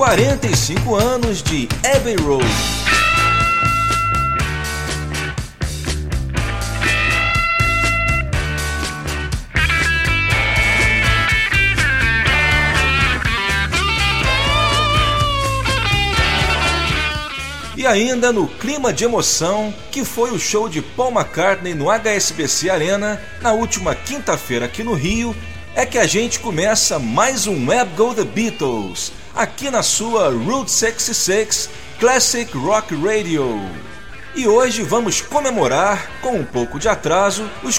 45 anos de Abbey Road. E ainda no clima de emoção que foi o show de Paul McCartney no HSBC Arena na última quinta-feira aqui no Rio, é que a gente começa mais um Web Go The Beatles, aqui na sua Route 66 Classic Rock Radio. E hoje vamos comemorar, com um pouco de atraso, os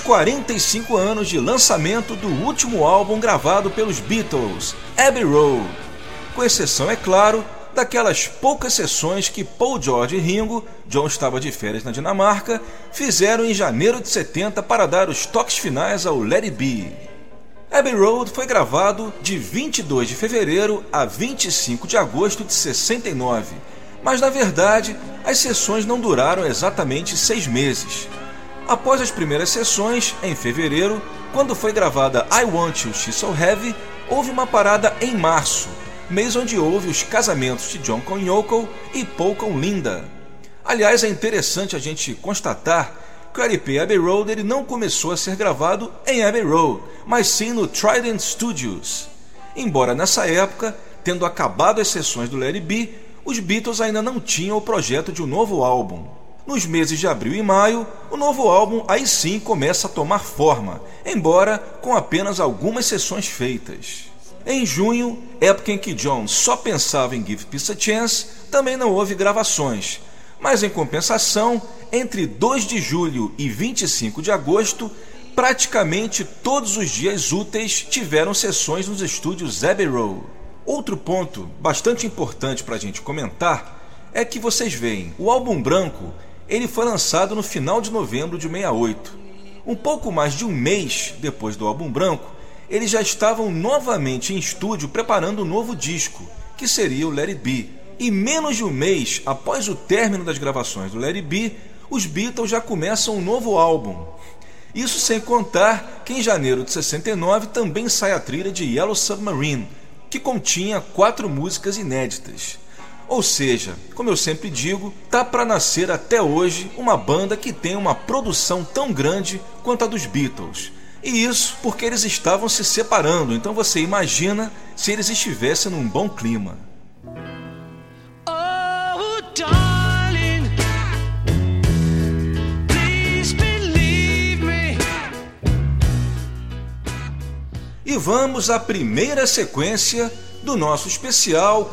45 anos de lançamento do último álbum gravado pelos Beatles, Abbey Road. Com exceção, é claro, daquelas poucas sessões que Paul, George e Ringo, John estava de férias na Dinamarca, fizeram em janeiro de 70 para dar os toques finais ao Let It Be. Abbey Road foi gravado de 22 de fevereiro a 25 de agosto de 69, mas na verdade as sessões não duraram exatamente 6 meses. Após as primeiras sessões, em fevereiro, quando foi gravada I Want You, She's So Heavy, houve uma parada em março, mês onde houve os casamentos de John com Yoko e Paul com Linda. Aliás, é interessante a gente constatar que o LP Abbey Road ele não começou a ser gravado em Abbey Road, mas sim no Trident Studios. Embora nessa época, tendo acabado as sessões do Let It Be, os Beatles ainda não tinham o projeto de um novo álbum. Nos meses de abril e maio, o novo álbum aí sim começa a tomar forma, embora com apenas algumas sessões feitas. Em junho, época em que John só pensava em Give Peace a Chance, também não houve gravações. Mas em compensação, entre 2 de julho e 25 de agosto, praticamente todos os dias úteis tiveram sessões nos estúdios Abbey Road. Outro ponto bastante importante para a gente comentar é que vocês veem, o álbum branco ele foi lançado no final de novembro de 68. Um pouco mais de um mês depois do álbum branco, eles já estavam novamente em estúdio preparando um novo disco, que seria o Let It Be. E menos de um mês após o término das gravações do Let It Be, os Beatles já começam um novo álbum. Isso sem contar que em janeiro de 69 também sai a trilha de Yellow Submarine, que continha 4 músicas inéditas. Ou seja, como eu sempre digo, tá para nascer até hoje uma banda que tem uma produção tão grande quanto a dos Beatles. E isso porque eles estavam se separando, então você imagina se eles estivessem num bom clima. Oh, darling, please believe me. E vamos à primeira sequência do nosso especial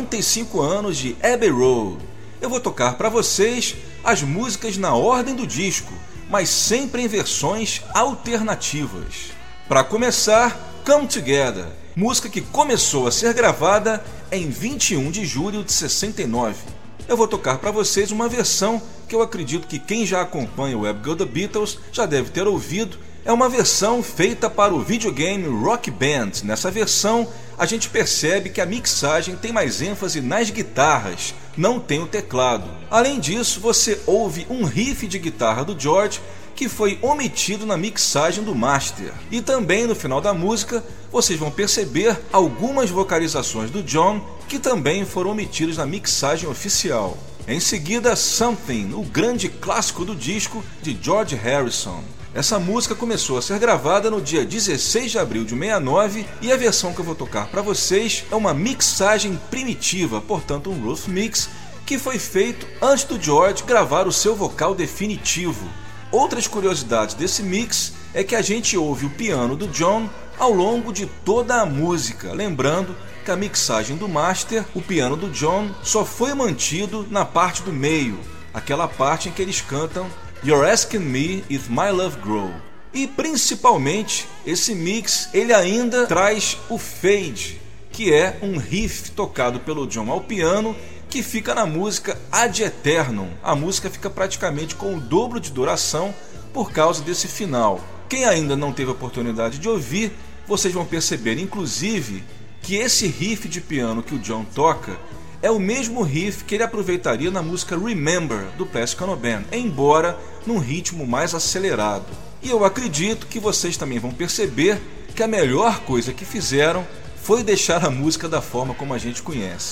45 anos de Abbey Road. Eu vou tocar para vocês as músicas na ordem do disco, mas sempre em versões alternativas. Para começar, Come Together, música que começou a ser gravada em 21 de julho de 69. Eu vou tocar para vocês uma versão que eu acredito que quem já acompanha o Web Go The Beatles já deve ter ouvido. É uma versão feita para o videogame Rock Band. Nessa versão, a gente percebe que a mixagem tem mais ênfase nas guitarras, não tem o teclado. Além disso, você ouve um riff de guitarra do George que foi omitido na mixagem do master. E também no final da música, vocês vão perceber algumas vocalizações do John que também foram omitidas na mixagem oficial. Em seguida, Something, o grande clássico do disco de George Harrison. Essa música começou a ser gravada no dia 16 de abril de 69 e a versão que eu vou tocar para vocês é uma mixagem primitiva, portanto um rough mix, que foi feito antes do George gravar o seu vocal definitivo. Outras curiosidades desse mix é que a gente ouve o piano do John ao longo de toda a música, lembrando que a mixagem do master, o piano do John só foi mantido na parte do meio, aquela parte em que eles cantam You're Asking Me If My Love Grow. E principalmente, esse mix ele ainda traz o fade, que é um riff tocado pelo John ao piano, que fica na música Ad Eternum. A música fica praticamente com o dobro de duração por causa desse final. Quem ainda não teve a oportunidade de ouvir, vocês vão perceber, inclusive, que esse riff de piano que o John toca é o mesmo riff que ele aproveitaria na música Remember, do Plastic Ono Band, embora num ritmo mais acelerado. E eu acredito que vocês também vão perceber que a melhor coisa que fizeram foi deixar a música da forma como a gente conhece.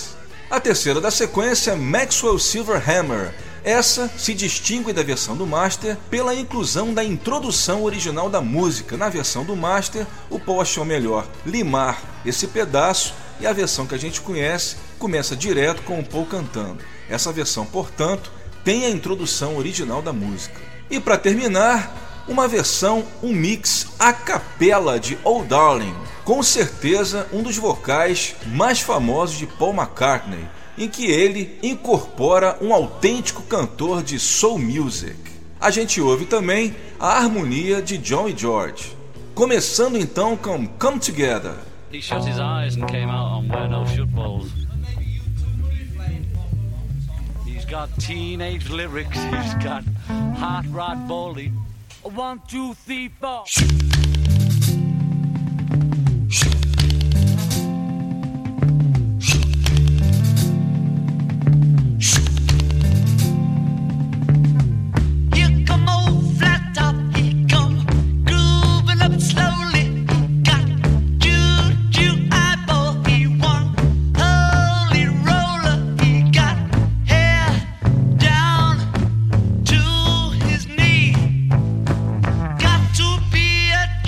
A terceira da sequência é Maxwell Silverhammer. Essa se distingue da versão do Master pela inclusão da introdução original da música. Na versão do Master, o Paul achou melhor limar esse pedaço e a versão que a gente conhece começa direto com o Paul cantando. Essa versão, portanto, tem a introdução original da música. E para terminar, uma versão, um mix a capela de Oh Darling, com certeza um dos vocais mais famosos de Paul McCartney, em que ele incorpora um autêntico cantor de soul music. A gente ouve também a harmonia de John e George. Começando então com Come Together. He shut his eyes and came out on Wear No Shoot Balls. He's got teenage lyrics, he's got hot rod bowling. 1, 2, 3, 4. Got to be a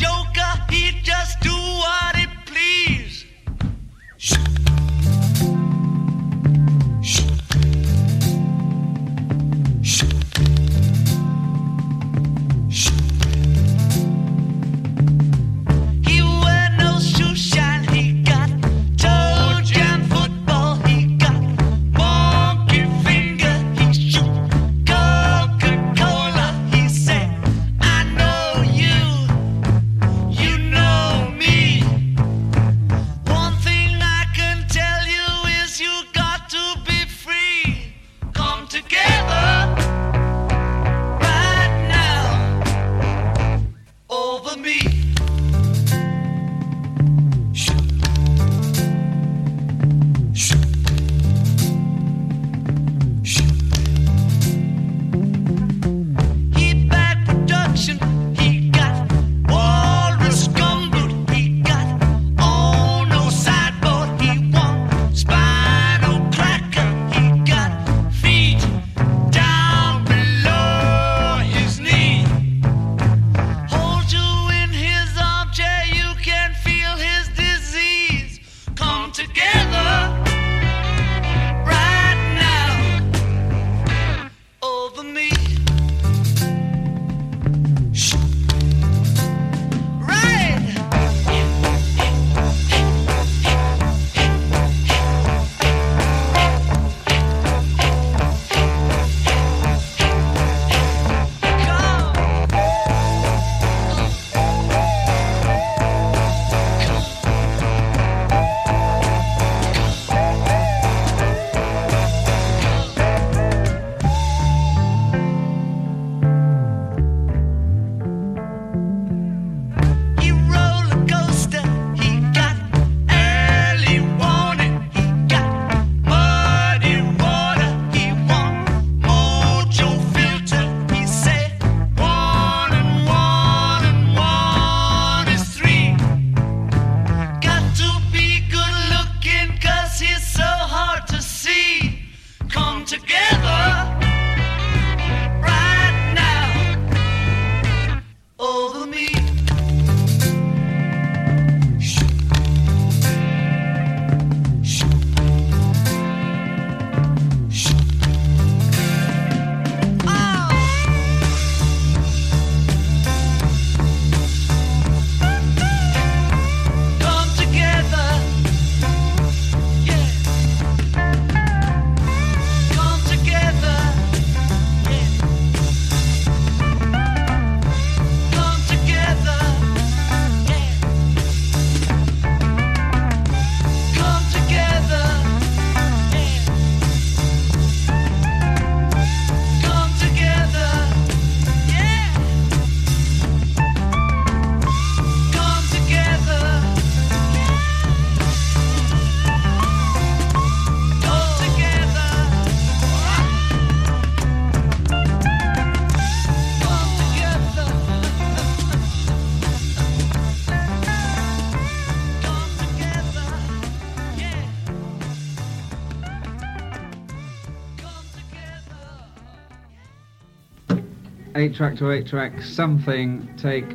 8-track to 8-track, Something, take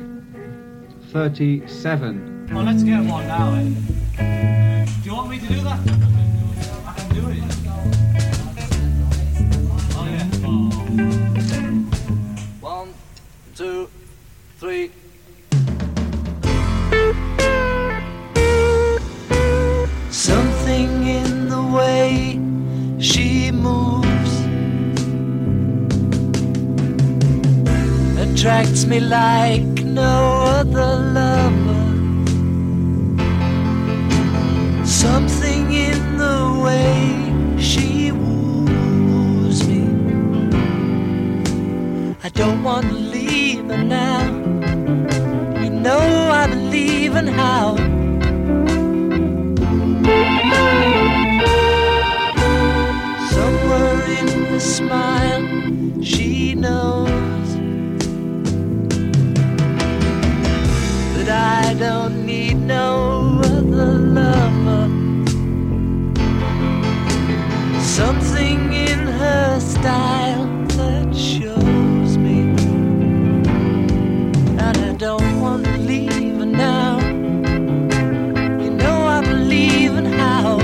37. Oh, let's get one now, eh? Do you want me to do that? I can do it. Oh, yeah. Oh. 1, 2, 3. Something in the way she moves attracts me like no other lover. Something in the way she woos me. I don't want to leave her now. You know I believe in how. Somewhere in the smile she knows that I don't need no other lover. Something in her style that shows me that I don't want to leave her now. You know I believe in how.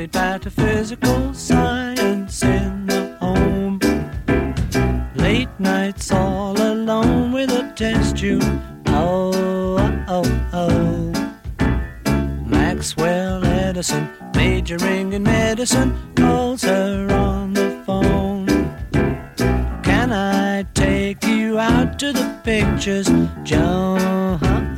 studied metaphysical science in the home. Late nights all alone with a test tube. Oh, oh, oh. Maxwell Edison, majoring in medicine, calls her on the phone. Can I take you out to the pictures, Joan?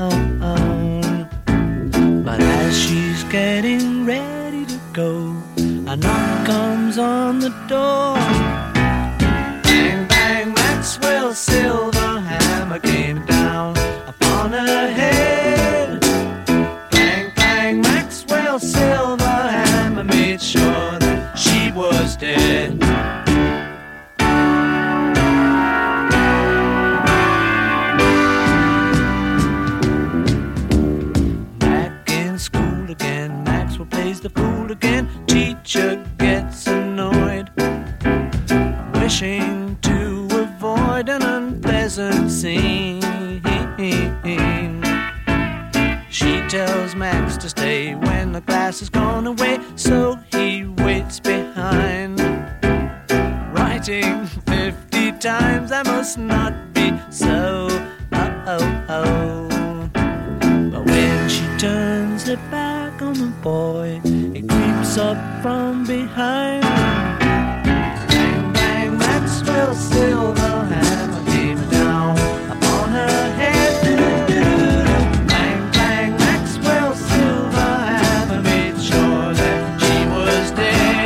But as she's getting ready to go, a knock comes on the door. Bang, bang, Maxwell's silver hammer came down upon her head. Bang, bang, Maxwell's silver hammer made sure that she was dead. The fool again, teacher gets annoyed, wishing to avoid an unpleasant scene. She tells Max to stay when the class has gone away, so he waits behind, writing 50 times, I must not be so. But when she turns her back on the boy, it creeps up from behind. Bang, bang, Maxwell's silver hammer came down upon her head. Bang, bang, Maxwell's silver hammer made sure that she was dead.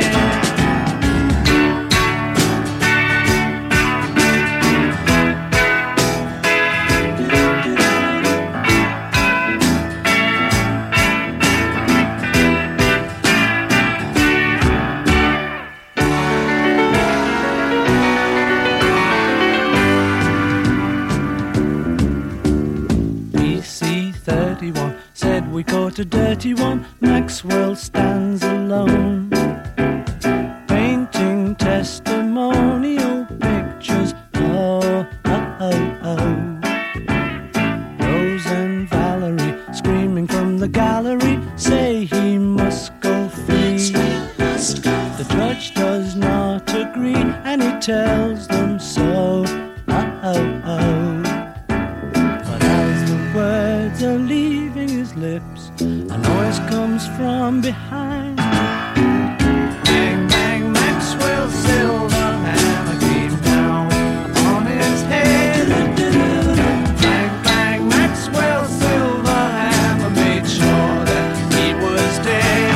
Said we caught a dirty one. Maxwell stands alone, painting testimonial pictures. Oh, oh, oh, oh. Rose and Valerie screaming from the gallery say he must go free. The judge does not agree and he tells them so. Oh, oh, oh. But as the words are leaving his lips, a noise comes from behind. Bang, bang, Maxwell's silver hammer came down upon his head. Bang, bang, Maxwell's silver hammer made sure that he was dead.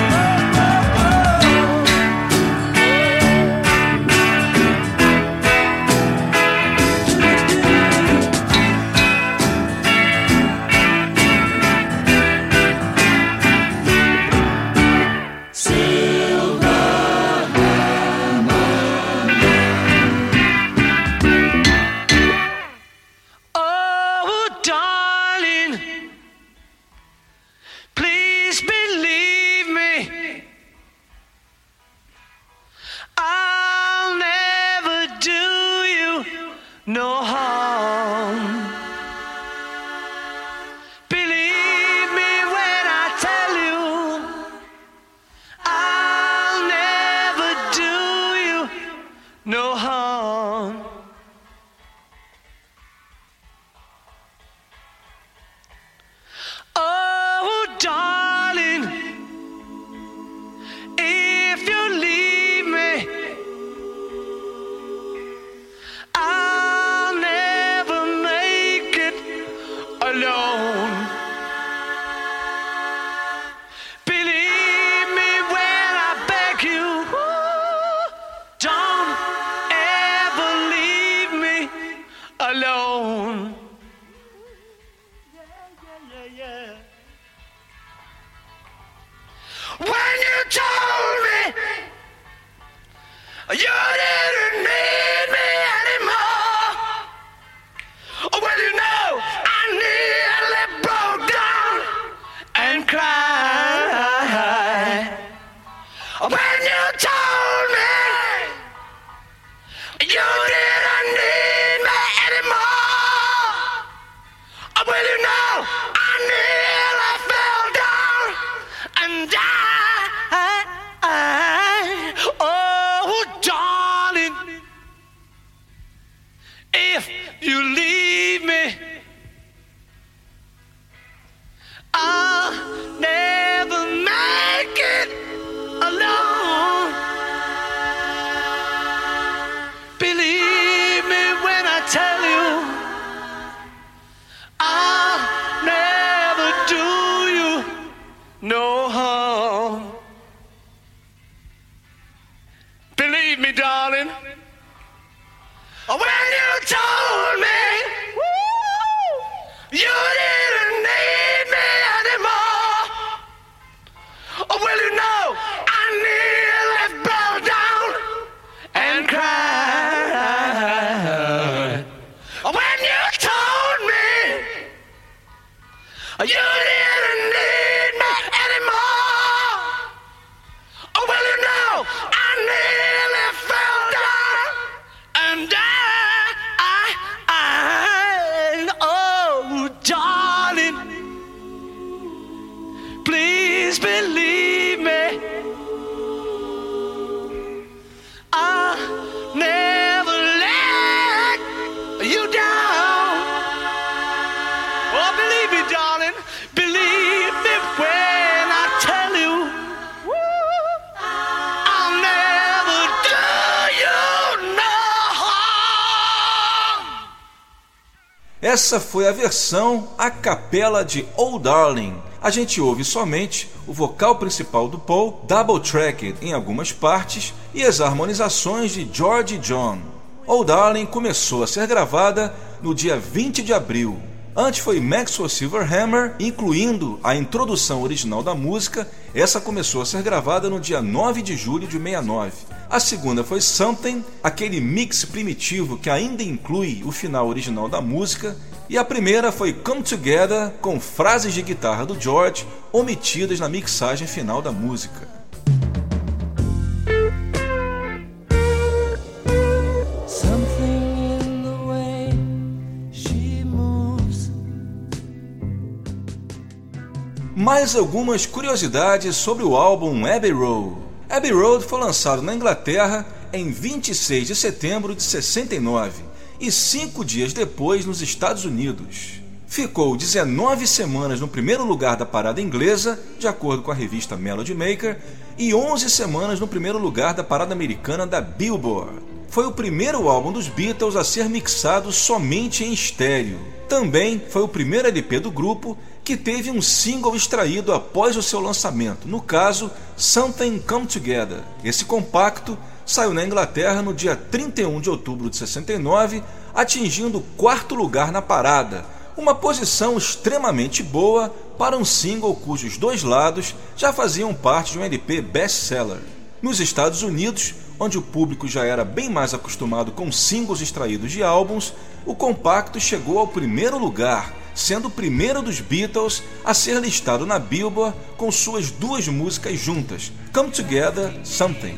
No harm. Believe me when I tell you, I'll never do you no harm. Oh, darling, if you leave me, I'll never make it alone. Believe me when I beg you, don't ever leave me alone. Yeah. When you told me you didn't need me anymore, well, you know, I nearly broke down and cried. When you told me you didn't need me anymore, well, you know, I nearly fell down and died. leave me, I'll never make it alone. Believe me when I tell you, I'll never do you no harm. Believe me, darling, when you told me you didn't need me anymore, well, you know, I nearly fell down and cried. When you told me you didn't need me anymore, well, you know, I nearly fell down and died. Oh, darling, please believe me, I'll never let you down. Oh, believe me, darling, believe me when I tell you, I'll never do you no harm. Essa foi a versão a capela de Oh Darling. A gente ouve somente o vocal principal do Paul, double-tracked em algumas partes, e as harmonizações de George e John. Oh Darling começou a ser gravada no dia 20 de abril. Antes foi Maxwell Silverhammer, incluindo a introdução original da música. Essa começou a ser gravada no dia 9 de julho de 69. A segunda foi Something, aquele mix primitivo que ainda inclui o final original da música. E a primeira foi Come Together, com frases de guitarra do George omitidas na mixagem final da música. Mais algumas curiosidades sobre o álbum Abbey Road. Abbey Road foi lançado na Inglaterra em 26 de setembro de 69 e 5 dias depois nos Estados Unidos. Ficou 19 semanas no primeiro lugar da parada inglesa, de acordo com a revista Melody Maker, e 11 semanas no primeiro lugar da parada americana da Billboard. Foi o primeiro álbum dos Beatles a ser mixado somente em estéreo. Também foi o primeiro LP do grupo que teve um single extraído após o seu lançamento, no caso, Something Come Together. Esse compacto saiu na Inglaterra no dia 31 de outubro de 69, atingindo o 4º lugar na parada, uma posição extremamente boa para um single cujos dois lados já faziam parte de um LP best-seller. Nos Estados Unidos, onde o público já era bem mais acostumado com singles extraídos de álbuns, o compacto chegou ao 1º lugar, sendo o primeiro dos Beatles a ser listado na Billboard com suas duas músicas juntas, Come Together, Something.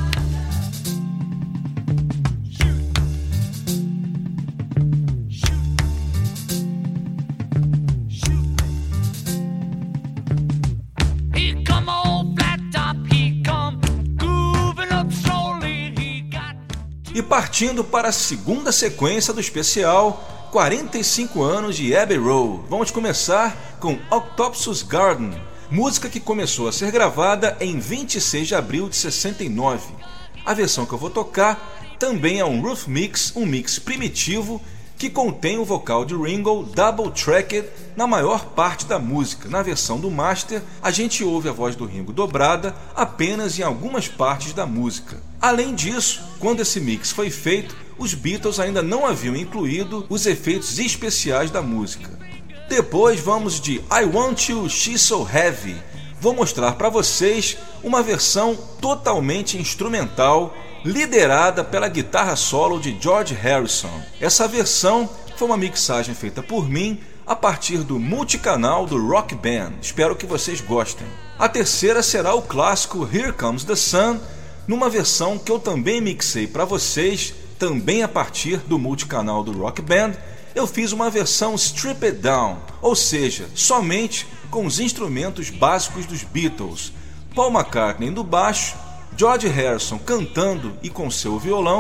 E partindo para a segunda sequência do especial, 45 anos de Abbey Road. Vamos começar com Octopus Garden, música que começou a ser gravada em 26 de abril de 69. A versão que eu vou tocar também é um Roof Mix, um mix primitivo que contém o vocal de Ringo double-tracked na maior parte da música. Na versão do master, a gente ouve a voz do Ringo dobrada apenas em algumas partes da música. Além disso, quando esse mix foi feito, os Beatles ainda não haviam incluído os efeitos especiais da música. Depois vamos de I Want You, She's So Heavy. Vou mostrar para vocês uma versão totalmente instrumental, liderada pela guitarra solo de George Harrison. Essa versão foi uma mixagem feita por mim a partir do multicanal do Rock Band. Espero que vocês gostem. A terceira será o clássico Here Comes the Sun, numa versão que eu também mixei para vocês, também a partir do multicanal do Rock Band. Eu fiz uma versão stripped down, ou seja, somente com os instrumentos básicos dos Beatles. Paul McCartney no baixo, George Harrison cantando e com seu violão,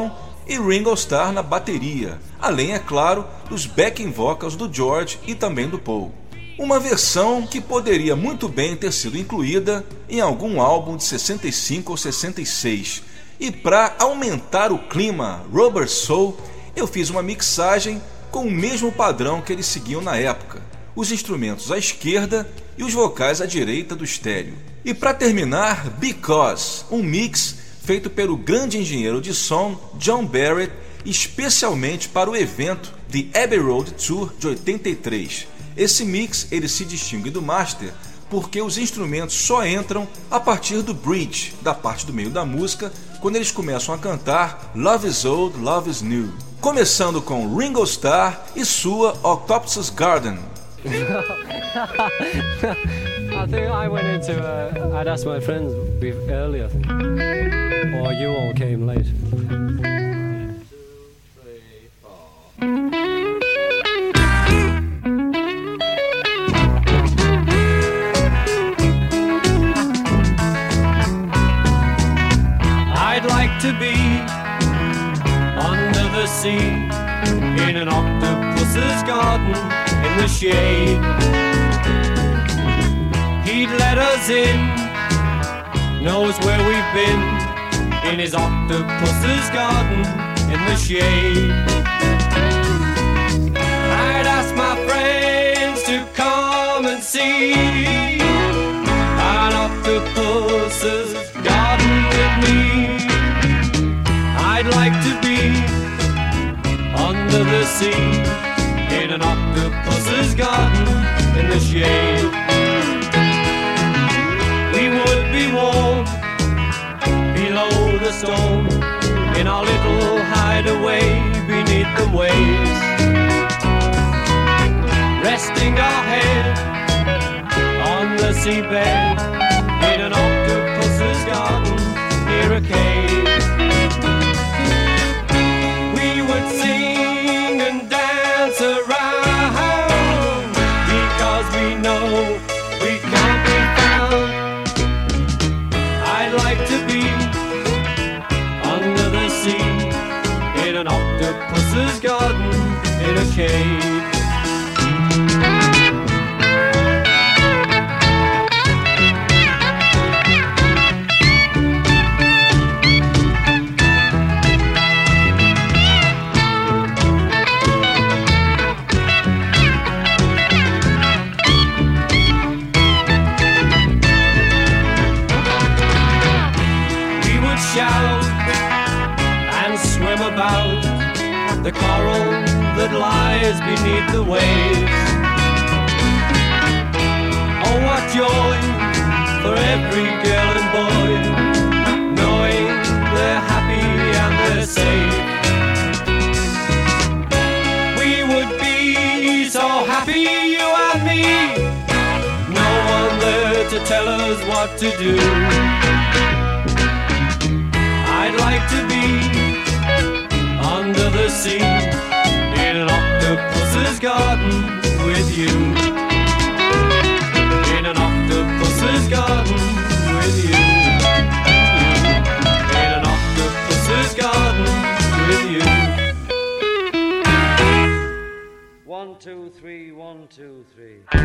e Ringo Starr na bateria, além, é claro, dos backing vocals do George e também do Paul. Uma versão que poderia muito bem ter sido incluída em algum álbum de 65 ou 66. E para aumentar o clima Rubber Soul, eu fiz uma mixagem com o mesmo padrão que eles seguiam na época, os instrumentos à esquerda e os vocais à direita do estéreo. E para terminar, Because, um mix feito pelo grande engenheiro de som John Barrett, especialmente para o evento The Abbey Road Tour de 83. Esse mix ele se distingue do master porque os instrumentos só entram a partir do bridge, da parte do meio da música, quando eles começam a cantar Love is Old, Love is New. Começando com Ringo Starr e sua Octopus's Garden. I think I went into I'd asked my friends earlier, I think. Or you all came late. 1, 2, 3, 4. I'd like to be under the sea in an octopus's garden in the shade. He'd let us in, knows where we've been, in his octopus's garden in the shade. I'd ask my friends to come and see an octopus's garden with me. I'd like to be under the sea in an octopus's garden in the shade. We would be warm below the storm in our little hideaway beneath the waves, resting our head on the seabed in an octopus's garden near a cave. We would sing and dance around because we know we can't be found. I'd like to be under the sea in an octopus's garden in a cave. The coral that lies beneath the waves. Oh, what joy for every girl and boy, knowing they're happy and they're safe. We would be so happy, you and me, no one there to tell us what to do. I'd like to be under the sea in an octopus's garden with you. In an octopus's garden with you. In an octopus's garden with you. 1, 2, 3, 1, 2, 3.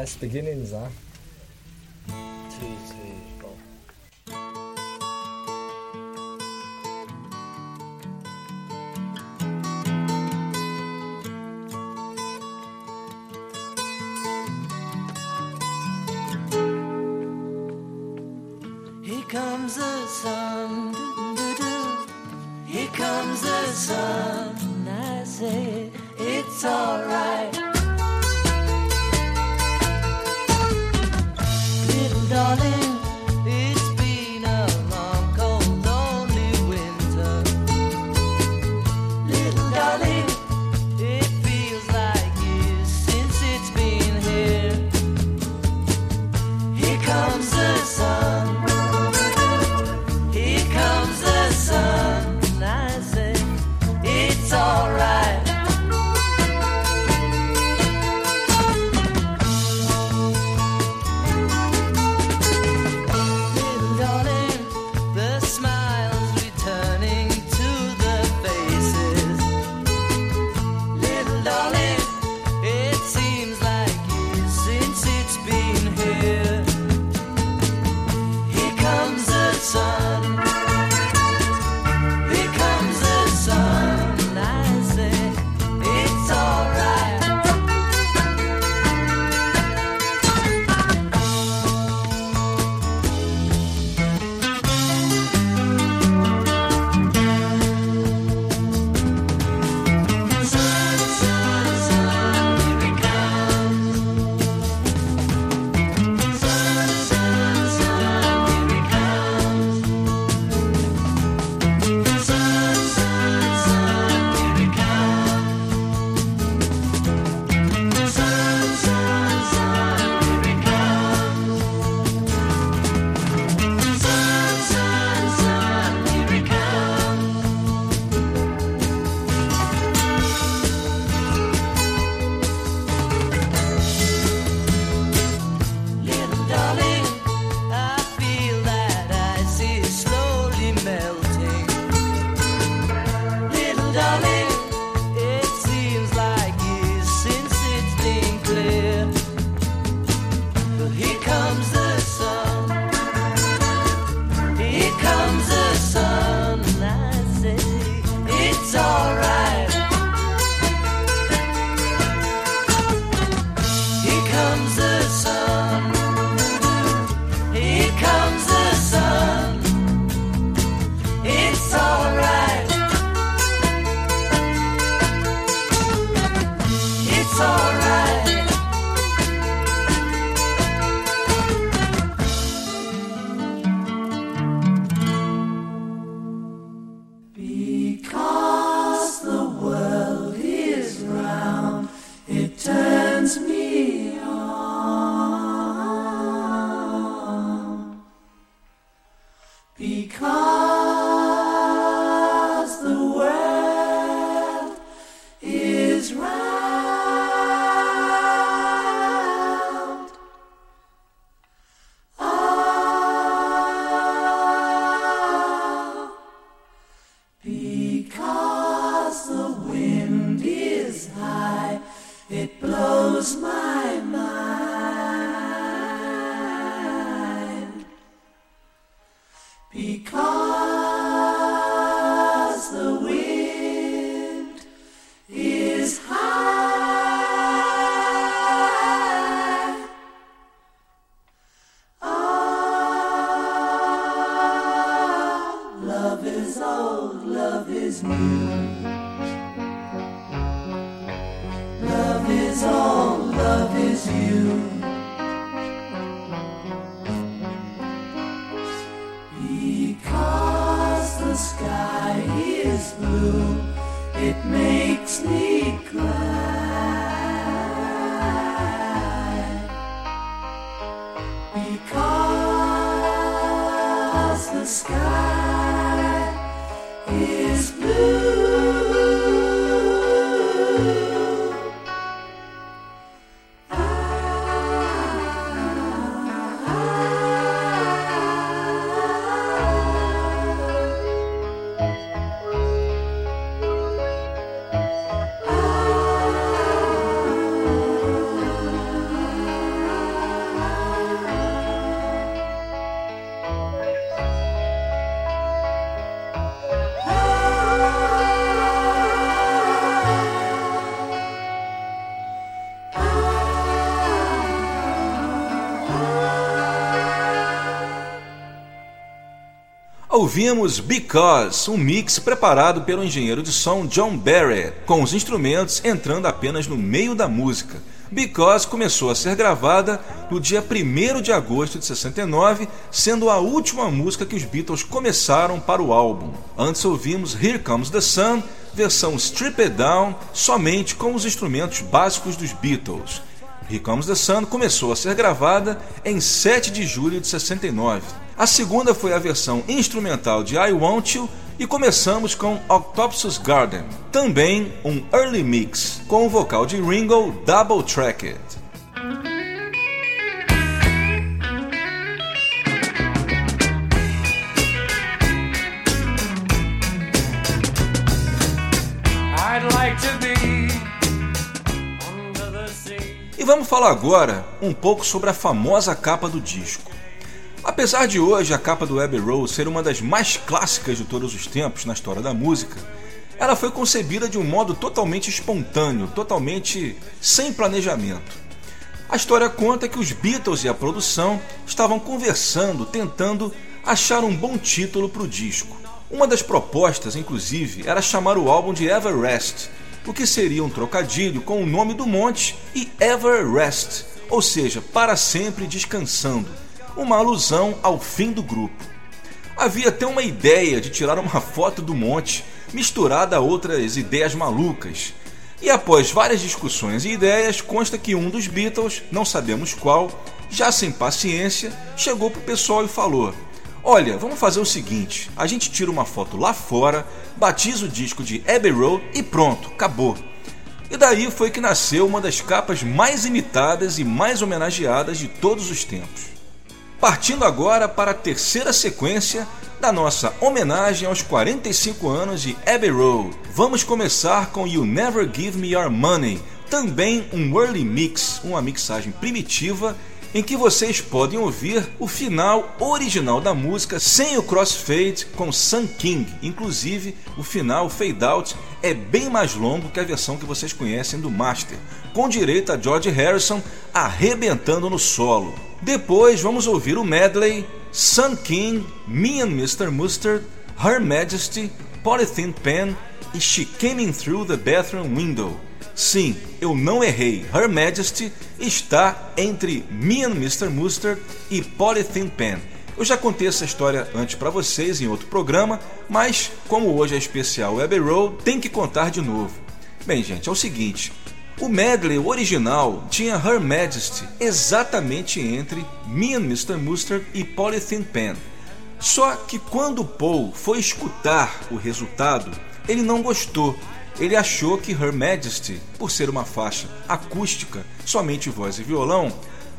Nice beginnings, huh? 2, 3, 4. Here comes the sun, here comes the sun. I say it's alright. Little darling, it's been a long, cold, lonely winter. Little darling, it feels like years since it's been here. Here comes the sun. Here comes the sun, I say it's alright. Little darling, the smile's returning to the faces. Little darling, it seems like years since it's been here. Here comes the sun. Here comes the sun. I say it's alright. Sun, sun, sun, here it comes. Sun, sun, sun, here it comes. Sun, sun, sun, here it comes. Sun, sun, sun, here it comes. Sun, sun, sun, here it comes. Little darling, I feel that ice is slowly melting. Little darling, it seems like years since it's been clear. But here comes the sun. Here comes the sun. I say it's alright. Here comes the sun. Here comes the sun. It's alright. It's alright. Because the world is round, it turns me on. Because the world is round. Ah, because the wind is high, it blows my mind. Because the wind is high. Ah, love is old, love is new. Love is all, love is you. Because the sky is blue, it makes me cry. Because the sky is blue. Ouvimos Because, um mix preparado pelo engenheiro de som John Barrett, com os instrumentos entrando apenas no meio da música. Because começou a ser gravada no dia 1º de agosto de 69, sendo a última música que os Beatles começaram para o álbum. Antes ouvimos Here Comes the Sun, versão stripped down, somente com os instrumentos básicos dos Beatles. Here Comes the Sun começou a ser gravada em 7 de julho de 69. A segunda foi a versão instrumental de I Want You e começamos com Octopus Garden, também um early mix, com o vocal de Ringo double tracked. E vamos falar agora um pouco sobre a famosa capa do disco. Apesar de hoje a capa do Abbey Road ser uma das mais clássicas de todos os tempos na história da música, ela foi concebida de um modo totalmente espontâneo, totalmente sem planejamento. A história conta que os Beatles e a produção estavam conversando, tentando achar um bom título para o disco. Uma das propostas, inclusive, era chamar o álbum de Everest, o que seria um trocadilho com o nome do monte e Everest, ou seja, para sempre descansando, uma alusão ao fim do grupo. Havia até uma ideia de tirar uma foto do monte misturada a outras ideias malucas. E após várias discussões e ideias, consta que um dos Beatles, não sabemos qual, já sem paciência, chegou pro pessoal e falou: olha, vamos fazer o seguinte, a gente tira uma foto lá fora, batiza o disco de Abbey Road e pronto, acabou. E daí foi que nasceu uma das capas mais imitadas e mais homenageadas de todos os tempos. Partindo agora para a terceira sequência da nossa homenagem aos 45 anos de Abbey Road. Vamos começar com You Never Give Me Your Money, também um early mix, uma mixagem primitiva, em que vocês podem ouvir o final original da música sem o crossfade com Sun King. Inclusive, o final fade out é bem mais longo que a versão que vocês conhecem do Master, com direito a George Harrison arrebentando no solo. Depois vamos ouvir o medley Sun King, Me and Mr. Mustard, Her Majesty, Polythene Pen e She Came In Through the Bathroom Window. Sim, eu não errei, Her Majesty está entre Me and Mr. Mustard e Polythene Pen. Eu já contei essa história antes para vocês em outro programa, mas como hoje é especial Abbey Road, tem que contar de novo. Bem, gente, é o seguinte, o medley original tinha Her Majesty exatamente entre Me and Mr. Mustard e Polythene Pen. Só que quando Paul foi escutar o resultado, ele não gostou. Ele achou que Her Majesty, por ser uma faixa acústica, somente voz e violão,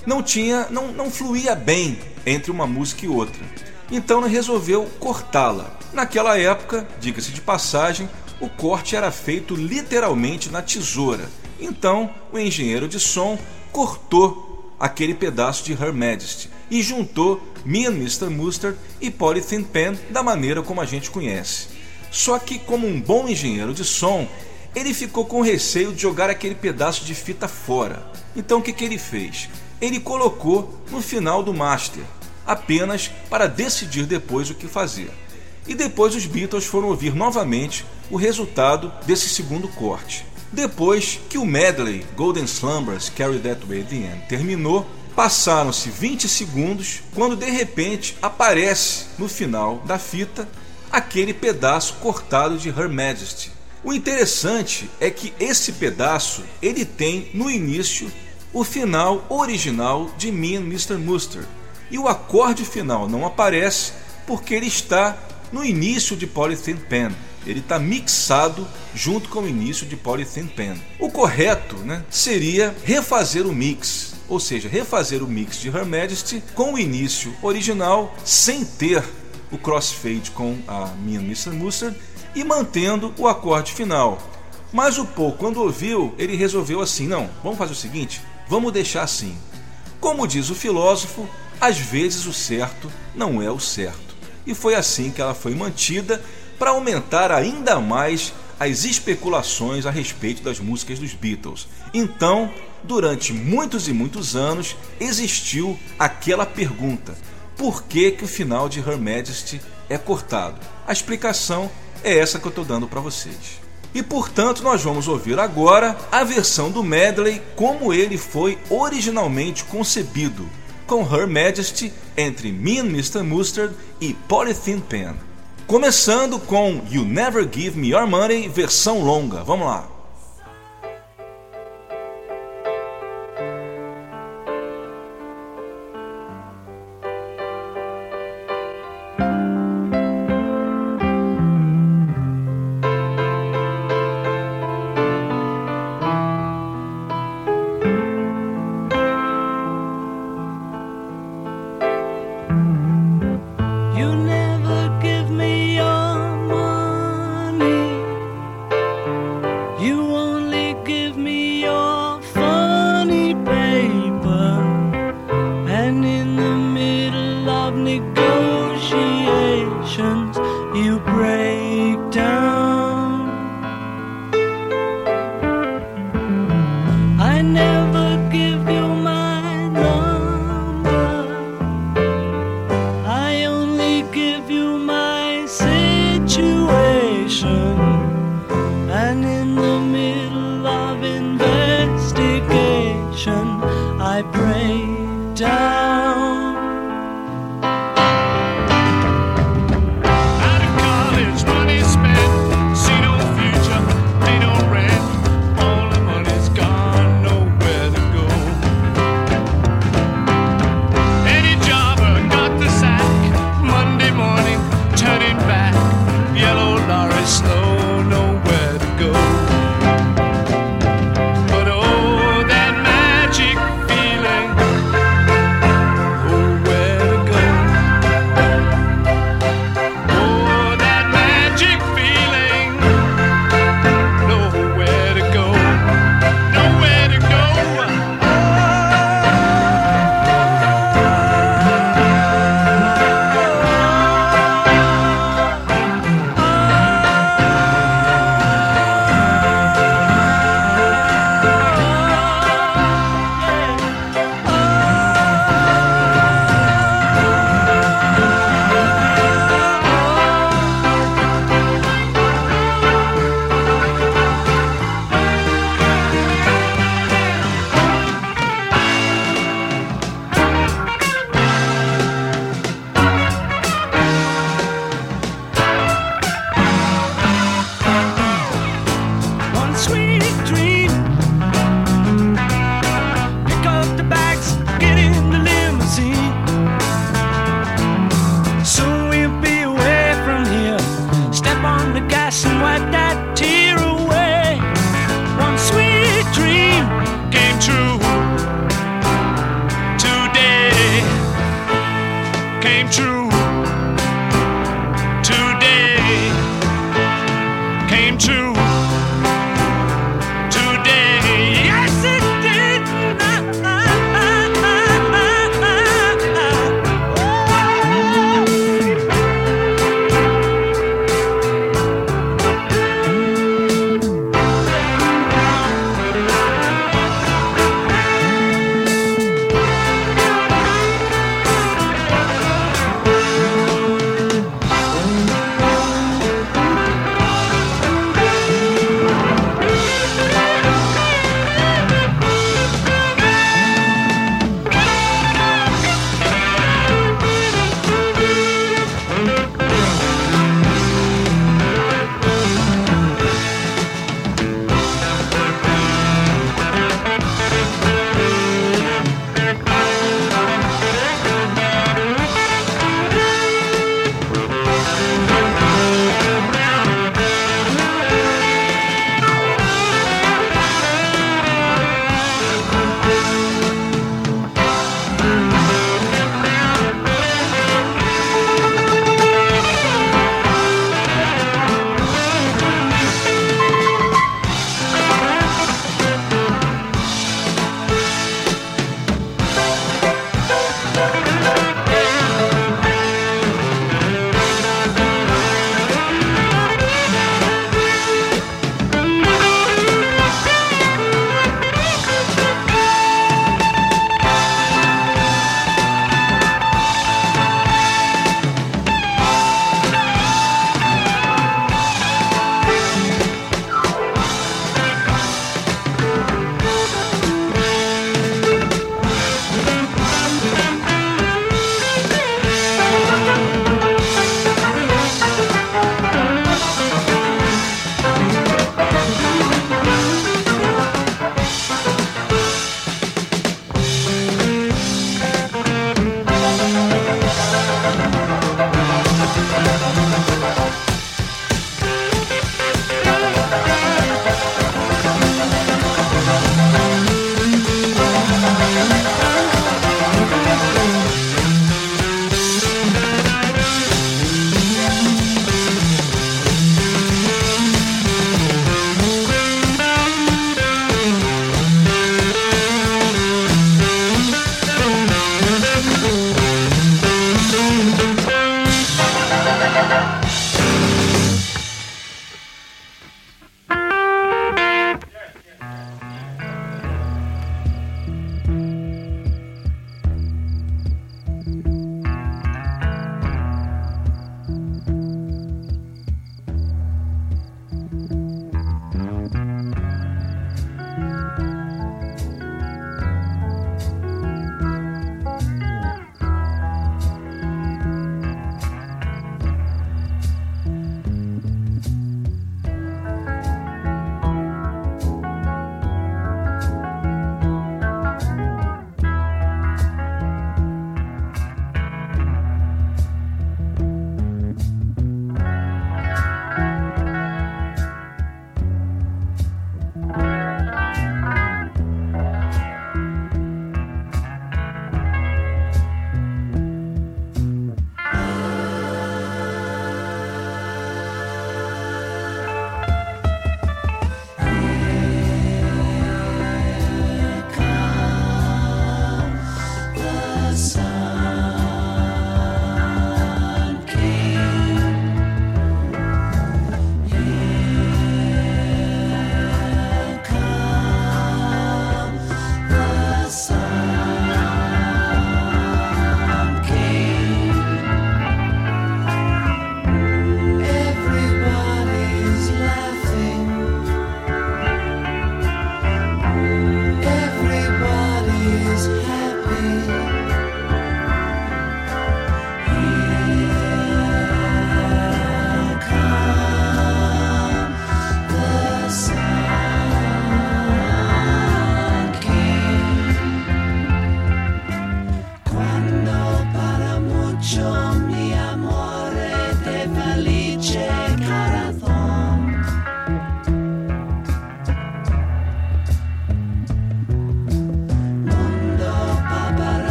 não fluía bem entre uma música e outra. Então ele resolveu cortá-la. Naquela época, diga-se de passagem, o corte era feito literalmente na tesoura. Então o engenheiro de som cortou aquele pedaço de Her Majesty e juntou Me and Mr. Mustard e Polythene Pen da maneira como a gente conhece. Só que, como um bom engenheiro de som, ele ficou com receio de jogar aquele pedaço de fita fora. Então o que ele fez? Ele colocou no final do master, apenas para decidir depois o que fazer. E depois os Beatles foram ouvir novamente o resultado desse segundo corte. Depois que o medley Golden Slumbers Carry That Way at the End terminou, passaram-se 20 segundos quando de repente aparece no final da fita aquele pedaço cortado de Her Majesty. O interessante é que esse pedaço ele tem no início o final original de Me and Mr. Mustard e o acorde final não aparece porque ele está no início de Polythene Pen. Ele está mixado junto com o início de Polythene Pen. O correto, seria refazer o mix, ou seja, refazer o mix de Her Majesty com o início original sem ter o crossfade com a Me and Mr. Mustard e mantendo o acorde final. Mas o Paul, quando ouviu, ele resolveu assim: não, vamos fazer o seguinte, vamos deixar assim. Como diz o filósofo, às vezes o certo não é o certo. E foi assim que ela foi mantida para aumentar ainda mais as especulações a respeito das músicas dos Beatles. Então, durante muitos e muitos anos, existiu aquela pergunta: por que o final de Her Majesty é cortado. A explicação é essa que eu estou dando para vocês. E portanto nós vamos ouvir agora a versão do medley como ele foi originalmente concebido, com Her Majesty entre Me and Mr. Mustard e Polythene Pen. Começando com You Never Give Me Your Money, versão longa. Vamos lá.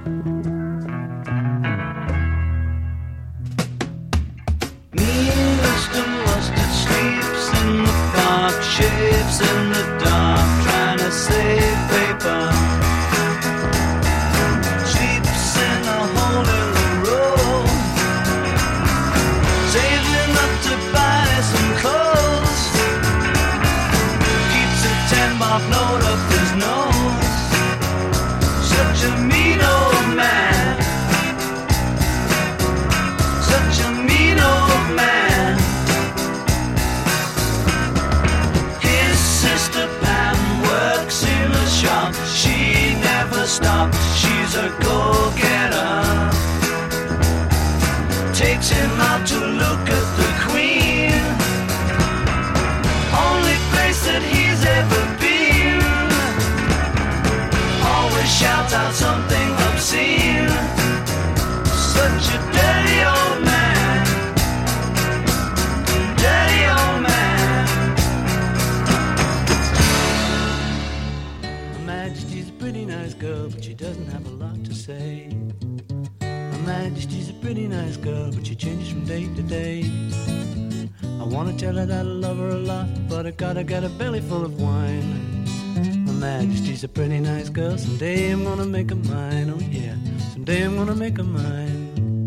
Shapes in the dark, trying to save paper. Sleeps in a hole in the road, saving up to buy some clothes. Keeps a 10-bob note up his nose. Such a mean old man. Such a mean old man. She never stops, she's a go-getter. Takes him out to look at the Queen, only place that he's ever been. Always shouts out something obscene. Such a dirty old man. Dirty old man. Girl, but she doesn't have a lot to say. Her Majesty's a pretty nice girl, but she changes from day to day. I wanna tell her that I love her a lot, but I gotta get a belly full of wine. Her Majesty's a pretty nice girl, someday I'm gonna make her mine. Oh yeah, someday I'm gonna make her mine.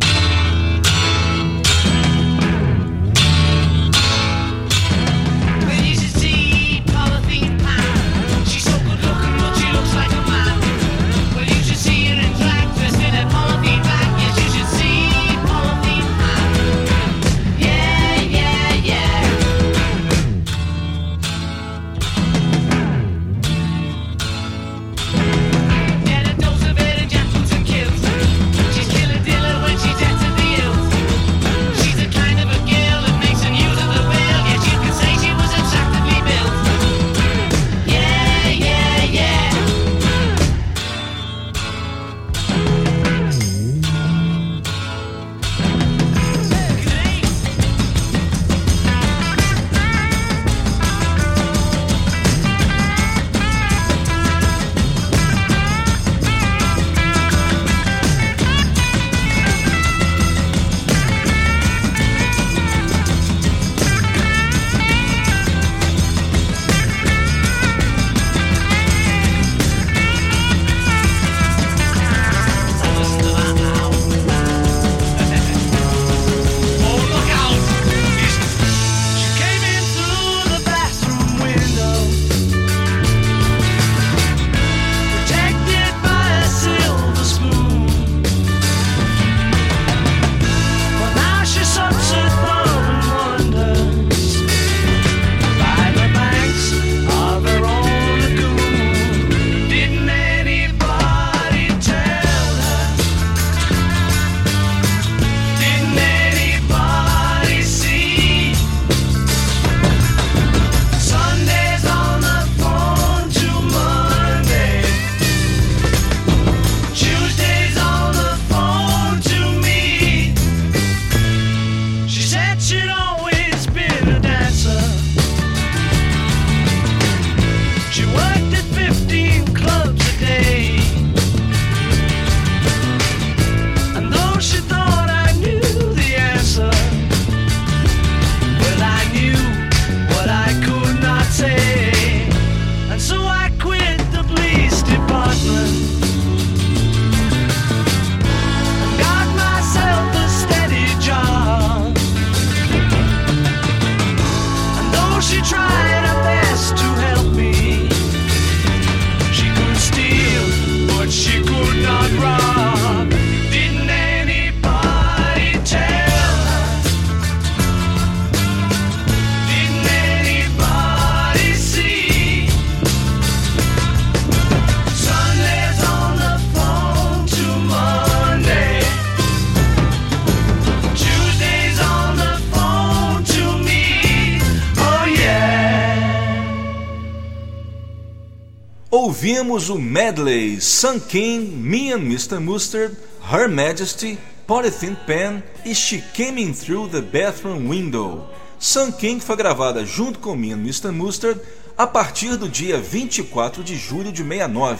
Ouvimos o medley Sun King, Me and Mr. Mustard, Her Majesty, Polythene Pen e She Came In Through the Bathroom Window. Sun King foi gravada junto com Me and Mr. Mustard a partir do dia 24 de julho de 69.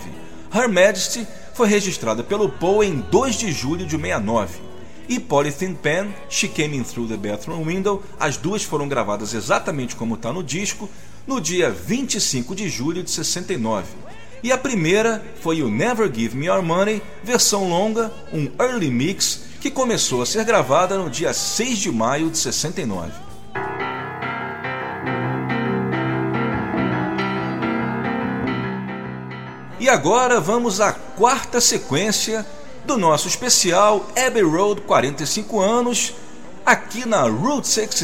Her Majesty foi registrada pelo Paul em 2 de julho de 69. E Polythene Pen, She Came In Through the Bathroom Window, as duas foram gravadas exatamente como está no disco, no dia 25 de julho de 69. E a primeira foi o Never Give Me Your Money, versão longa, um early mix, que começou a ser gravada no dia 6 de maio de 69. E agora vamos à quarta sequência do nosso especial Abbey Road 45 anos, aqui na Route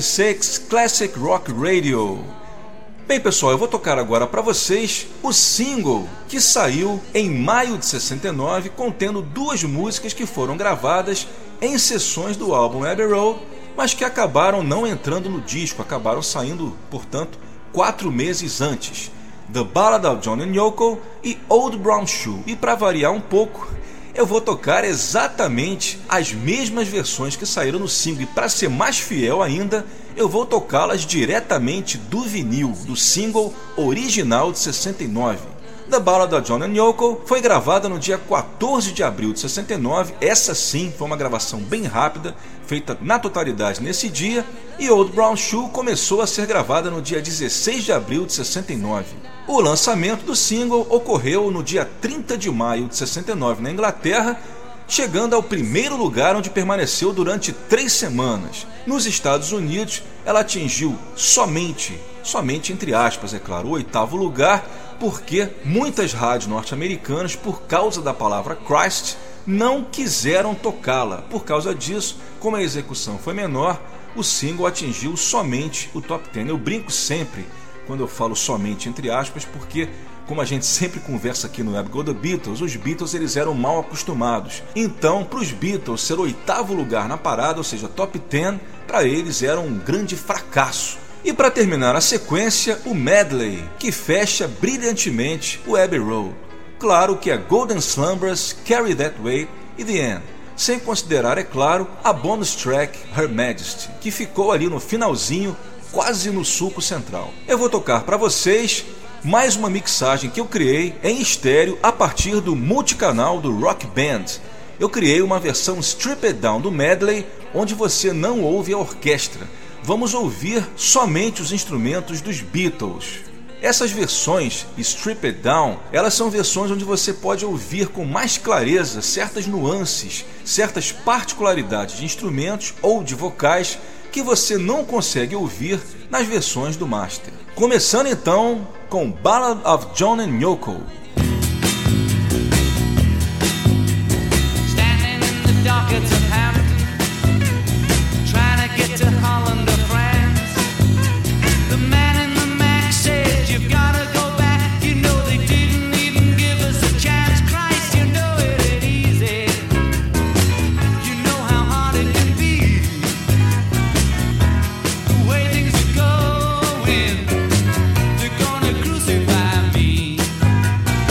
66 Classic Rock Radio. Bem pessoal, eu vou tocar agora para vocês o single que saiu em maio de 69, contendo 2 músicas que foram gravadas em sessões do álbum Abbey Road, mas que acabaram não entrando no disco, acabaram saindo, portanto, 4 meses antes. The Ballad of John and Yoko e Old Brown Shoe. E para variar um pouco, eu vou tocar exatamente as mesmas versões que saíram no single, e para ser mais fiel ainda, eu vou tocá-las diretamente do vinil, do single original de 69. The Ballad of John and Yoko foi gravada no dia 14 de abril de 69, essa sim foi uma gravação bem rápida, feita na totalidade nesse dia, e Old Brown Shoe começou a ser gravada no dia 16 de abril de 69. O lançamento do single ocorreu no dia 30 de maio de 69 na Inglaterra, chegando ao primeiro lugar, onde permaneceu durante 3 semanas. Nos Estados Unidos, ela atingiu somente entre aspas, é claro, o 8º lugar, porque muitas rádios norte-americanas, por causa da palavra Christ, não quiseram tocá-la. Por causa disso, como a execução foi menor, o single atingiu somente o top 10. Eu brinco sempre quando eu falo somente entre aspas, porque, como a gente sempre conversa aqui no Web Go The Beatles, os Beatles eles eram mal acostumados. Então, para os Beatles ser o 8º lugar na parada, ou seja, top 10, para eles era um grande fracasso. E para terminar a sequência, o medley, que fecha brilhantemente o Abbey Road. Claro que é Golden Slumbers, Carry That Weight e The End. Sem considerar, é claro, a bonus track Her Majesty, que ficou ali no finalzinho, quase no sulco central. Eu vou tocar para vocês mais uma mixagem que eu criei em estéreo a partir do multicanal do Rock Band. Eu criei uma versão stripped down do medley, onde você não ouve a orquestra. Vamos ouvir somente os instrumentos dos Beatles. Essas versões stripped down, elas são versões onde você pode ouvir com mais clareza certas nuances, certas particularidades de instrumentos ou de vocais que você não consegue ouvir nas versões do master. Começando então com Ballad of John and Yoko. Standing in the dockets of Hampton, trying to get to Holland or France. The man in the Mac said, you've got to go back. You know they didn't even give us a chance. Christ, you know it ain't easy. You know how hard it can be. The way things are going, they're gonna crucify me.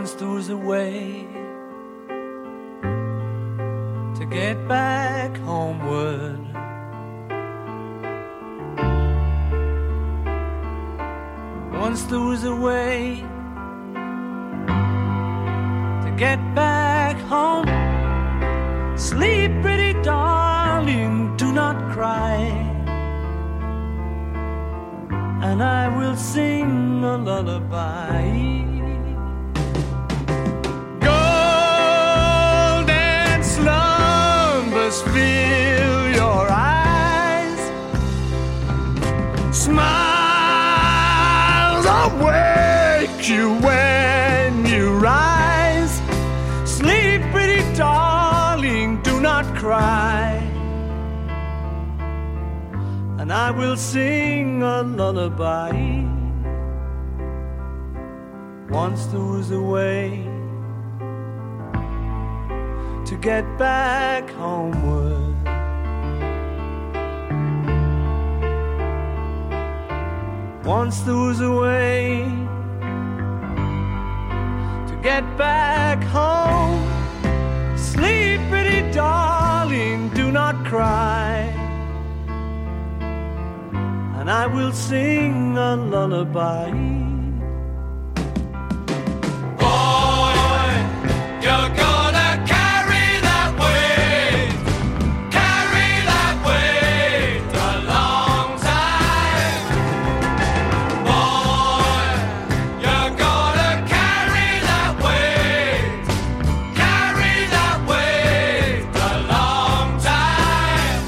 Once there was a way to get back homeward. Once there was a way to get back home. Sleep, pretty darling, do not cry, and I will sing a lullaby. Golden slumbers fill your eyes. Smiles awake you when you rise. Sleep, pretty darling, do not cry, and I will sing a lullaby. Once there was a way to get back homeward. Once there was a way to get back home. Sleep, pretty darling, do not cry, and I will sing a lullaby. Boy, you're gonna carry that weight a long time. Boy, you're gonna carry that weight a long time.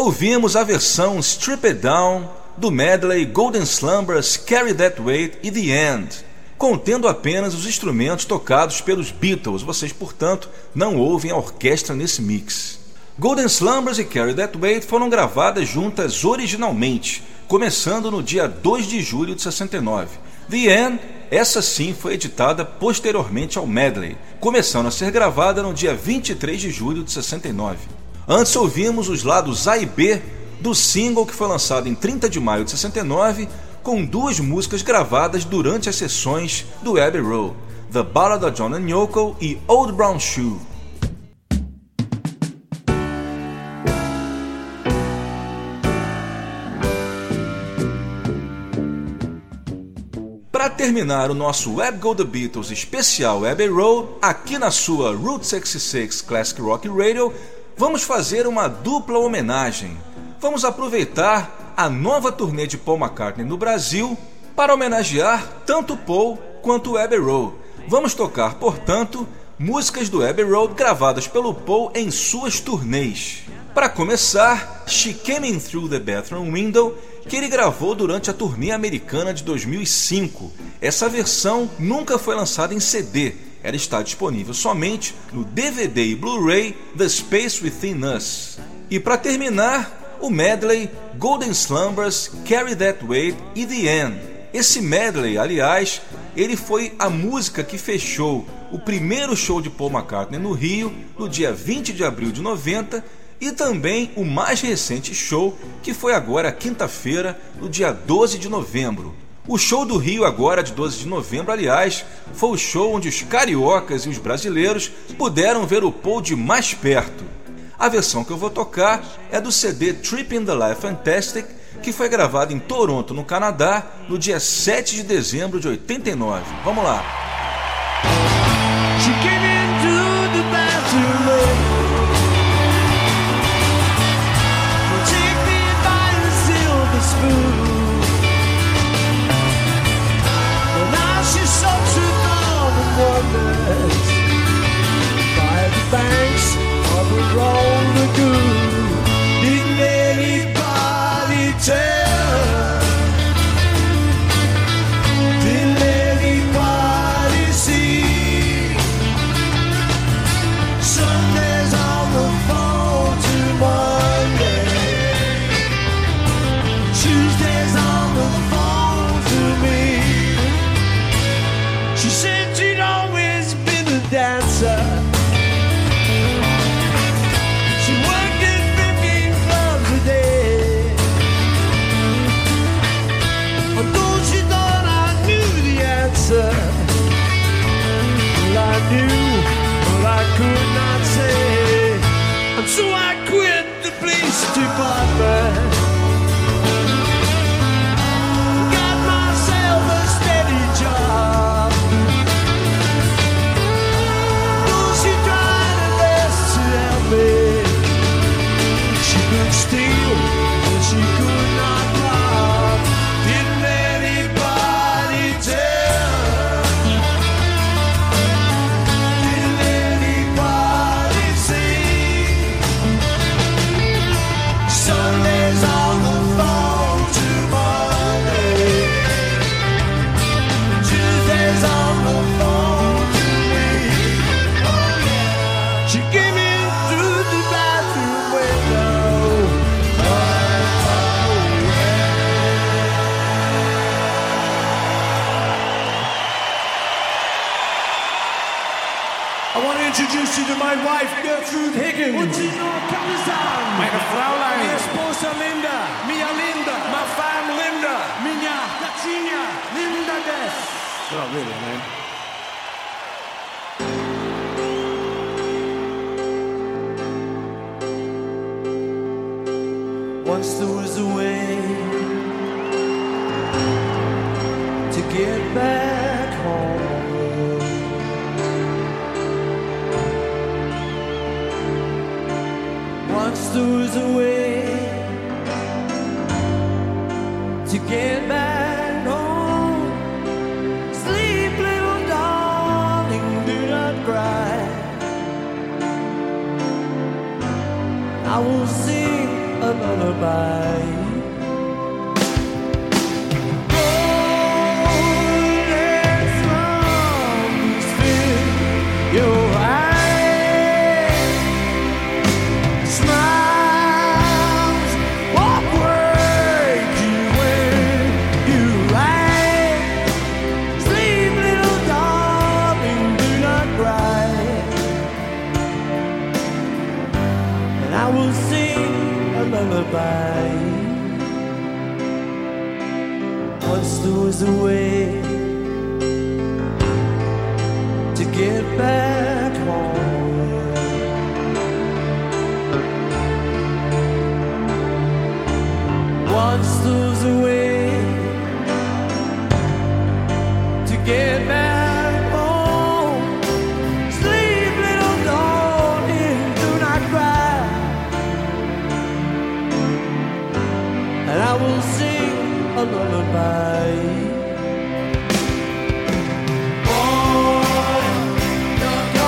ouvimos a versão Strip It Down do medley Golden Slumbers, Carry That Weight e The End, contendo apenas os instrumentos tocados pelos Beatles. Vocês, portanto, não ouvem a orquestra nesse mix. Golden Slumbers e Carry That Weight foram gravadas juntas originalmente, começando no dia 2 de julho de 69. The End, essa sim foi editada posteriormente ao medley, começando a ser gravada no dia 23 de julho de 69. Antes ouvimos os lados A e B do single que foi lançado em 30 de maio de 69, com duas músicas gravadas durante as sessões do Abbey Road, The Ballad of John and Yoko e Old Brown Shoe. Para terminar o nosso Web Go The Beatles especial Abbey Road, aqui na sua Route 66 Classic Rock Radio, vamos fazer uma dupla homenagem. Vamos aproveitar a nova turnê de Paul McCartney no Brasil para homenagear tanto Paul quanto o Abbey Road. Vamos tocar, portanto, músicas do Abbey Road gravadas pelo Paul em suas turnês. Para começar, She Came In Through the Bathroom Window, que ele gravou durante a turnê americana de 2005. Essa versão nunca foi lançada em CD, ela está disponível somente no DVD e Blu-ray The Space Within Us. E para terminar, o medley Golden Slumbers, Carry That Weight e The End. Esse medley, aliás, ele foi a música que fechou o primeiro show de Paul McCartney no Rio, no dia 20 de abril de 90, e também o mais recente show, que foi agora quinta-feira, no dia 12 de novembro. O show do Rio agora, de 12 de novembro, aliás, foi o show onde os cariocas e os brasileiros puderam ver o Paul de mais perto. A versão que eu vou tocar é do CD Trippin' the Life Fantastic, que foi gravado em Toronto, no Canadá, no dia 7 de dezembro de 89. Vamos lá! She came into the bathroom. Take me by the silver spoon. And now she soaks her thumb and wonders by the banks of the Road Lagoon. Didn't anybody tell her? Didn't anybody see? Sundays on the phone to Monday, Tuesdays on the phone to me. She said she'd always been a dancer. She worked at 15 clubs a day. Although she thought I knew the answer, well, I knew, but I could not say. And so I quit the police department, got myself a steady job. Though she tried her best to help me, she could steal, but she could not rob. Didn't anybody tell her? Didn't anybody see? Sundays on the phone to Monday, Tuesdays on the phone to me. Oh yeah, she came in through the bathroom window. Oh yeah. I want to introduce you to my wife, Gertrude Higgins. Meine Fraulein. Mi esposa Linda. Mia Linda. My fam Linda. Minha gatinha Linda Des. Not really, man. Once there was a way to get back home. Once there was a way to get back home. Sleep, little darling, do not cry. I will sing a lullaby. Golden songs fill your eyes, smiles walk wake you when you rise. Sleep, little darling, do not cry, and I will sing a lullaby. One stow's away to get back home. One stow's away to get back home. Sleep, little darling, do not cry, and I will sing a lullaby. Boy, you're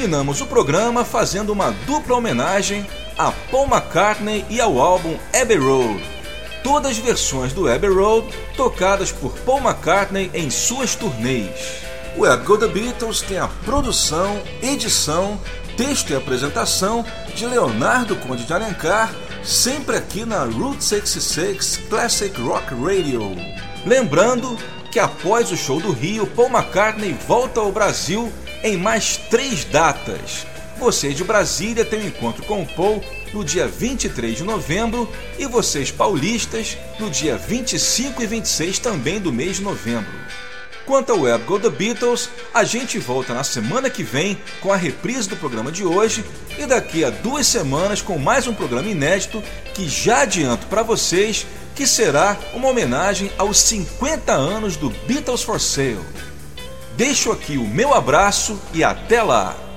terminamos o programa fazendo uma dupla homenagem a Paul McCartney e ao álbum Abbey Road. Todas as versões do Abbey Road tocadas por Paul McCartney em suas turnês. O Web Go The Beatles tem a produção, edição, texto e apresentação de Leonardo Conde de Alencar, sempre aqui na Route 66 Classic Rock Radio. Lembrando que após o show do Rio, Paul McCartney volta ao Brasil em mais 3 datas. Vocês de Brasília têm um encontro com o Paul no dia 23 de novembro e vocês paulistas no dia 25 e 26 também do mês de novembro. Quanto ao Web Go The Beatles, a gente volta na semana que vem com a reprise do programa de hoje e daqui a 2 semanas com mais um programa inédito que já adianto para vocês que será uma homenagem aos 50 anos do Beatles for Sale. Deixo aqui o meu abraço e até lá!